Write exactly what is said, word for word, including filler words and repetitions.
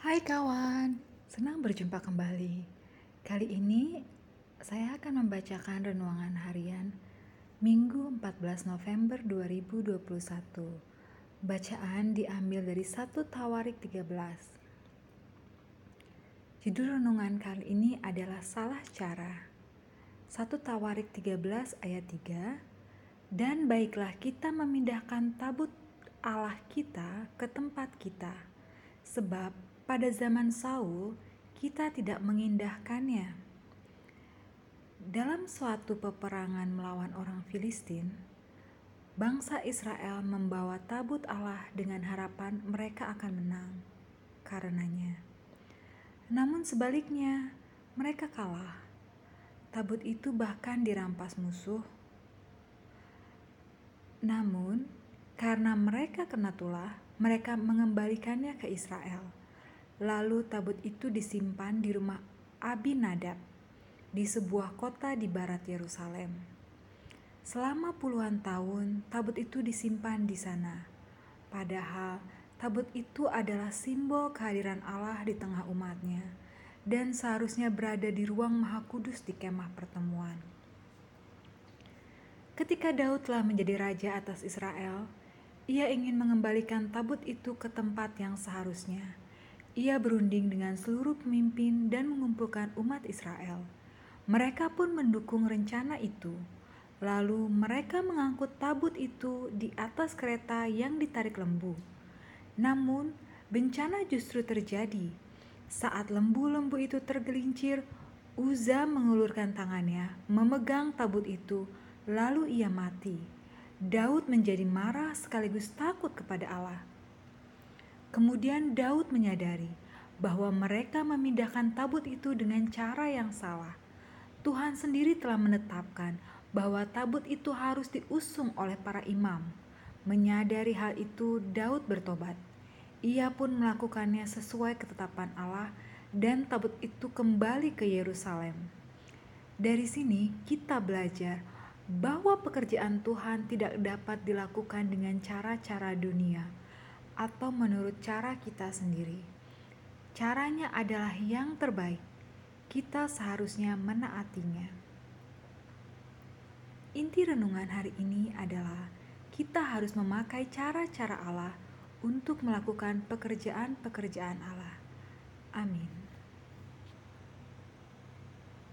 Hai kawan, senang berjumpa kembali. Kali ini saya akan membacakan renungan harian Minggu empat belas November dua ribu dua puluh satu. Bacaan diambil dari satu Tawarik tiga belas. Judul renungan kali ini adalah salah cara. satu Tawarik tiga belas ayat tiga. Dan baiklah kita memindahkan tabut Allah kita ke tempat kita, sebab pada zaman Saul kita tidak mengindahkannya. Dalam suatu peperangan melawan orang Filistin, bangsa Israel membawa tabut Allah dengan harapan mereka akan menang karenanya. Namun sebaliknya, mereka kalah. Tabut itu bahkan dirampas musuh. Namun, karena mereka kena tulah, mereka mengembalikannya ke Israel. Lalu tabut itu disimpan di rumah Abinadab, di sebuah kota di barat Yerusalem. Selama puluhan tahun, tabut itu disimpan di sana. Padahal, tabut itu adalah simbol kehadiran Allah di tengah umatnya, dan seharusnya berada di ruang Maha Kudus di kemah pertemuan. Ketika Daud telah menjadi raja atas Israel, ia ingin mengembalikan tabut itu ke tempat yang seharusnya. Ia berunding dengan seluruh pemimpin dan mengumpulkan umat Israel. Mereka pun mendukung rencana itu. Lalu mereka mengangkut tabut itu di atas kereta yang ditarik lembu. Namun, bencana justru terjadi. Saat lembu-lembu itu tergelincir, Uza mengulurkan tangannya, memegang tabut itu, lalu ia mati. Daud menjadi marah sekaligus takut kepada Allah. Kemudian Daud menyadari bahwa mereka memindahkan tabut itu dengan cara yang salah. Tuhan sendiri telah menetapkan bahwa tabut itu harus diusung oleh para imam. Menyadari hal itu, Daud bertobat. Ia pun melakukannya sesuai ketetapan Allah dan tabut itu kembali ke Yerusalem. Dari sini kita belajar bahwa pekerjaan Tuhan tidak dapat dilakukan dengan cara-cara dunia atau menurut cara kita sendiri. Caranya adalah yang terbaik. Kita seharusnya menaatinya. Inti renungan hari ini adalah kita harus memakai cara-cara Allah untuk melakukan pekerjaan-pekerjaan Allah. Amin.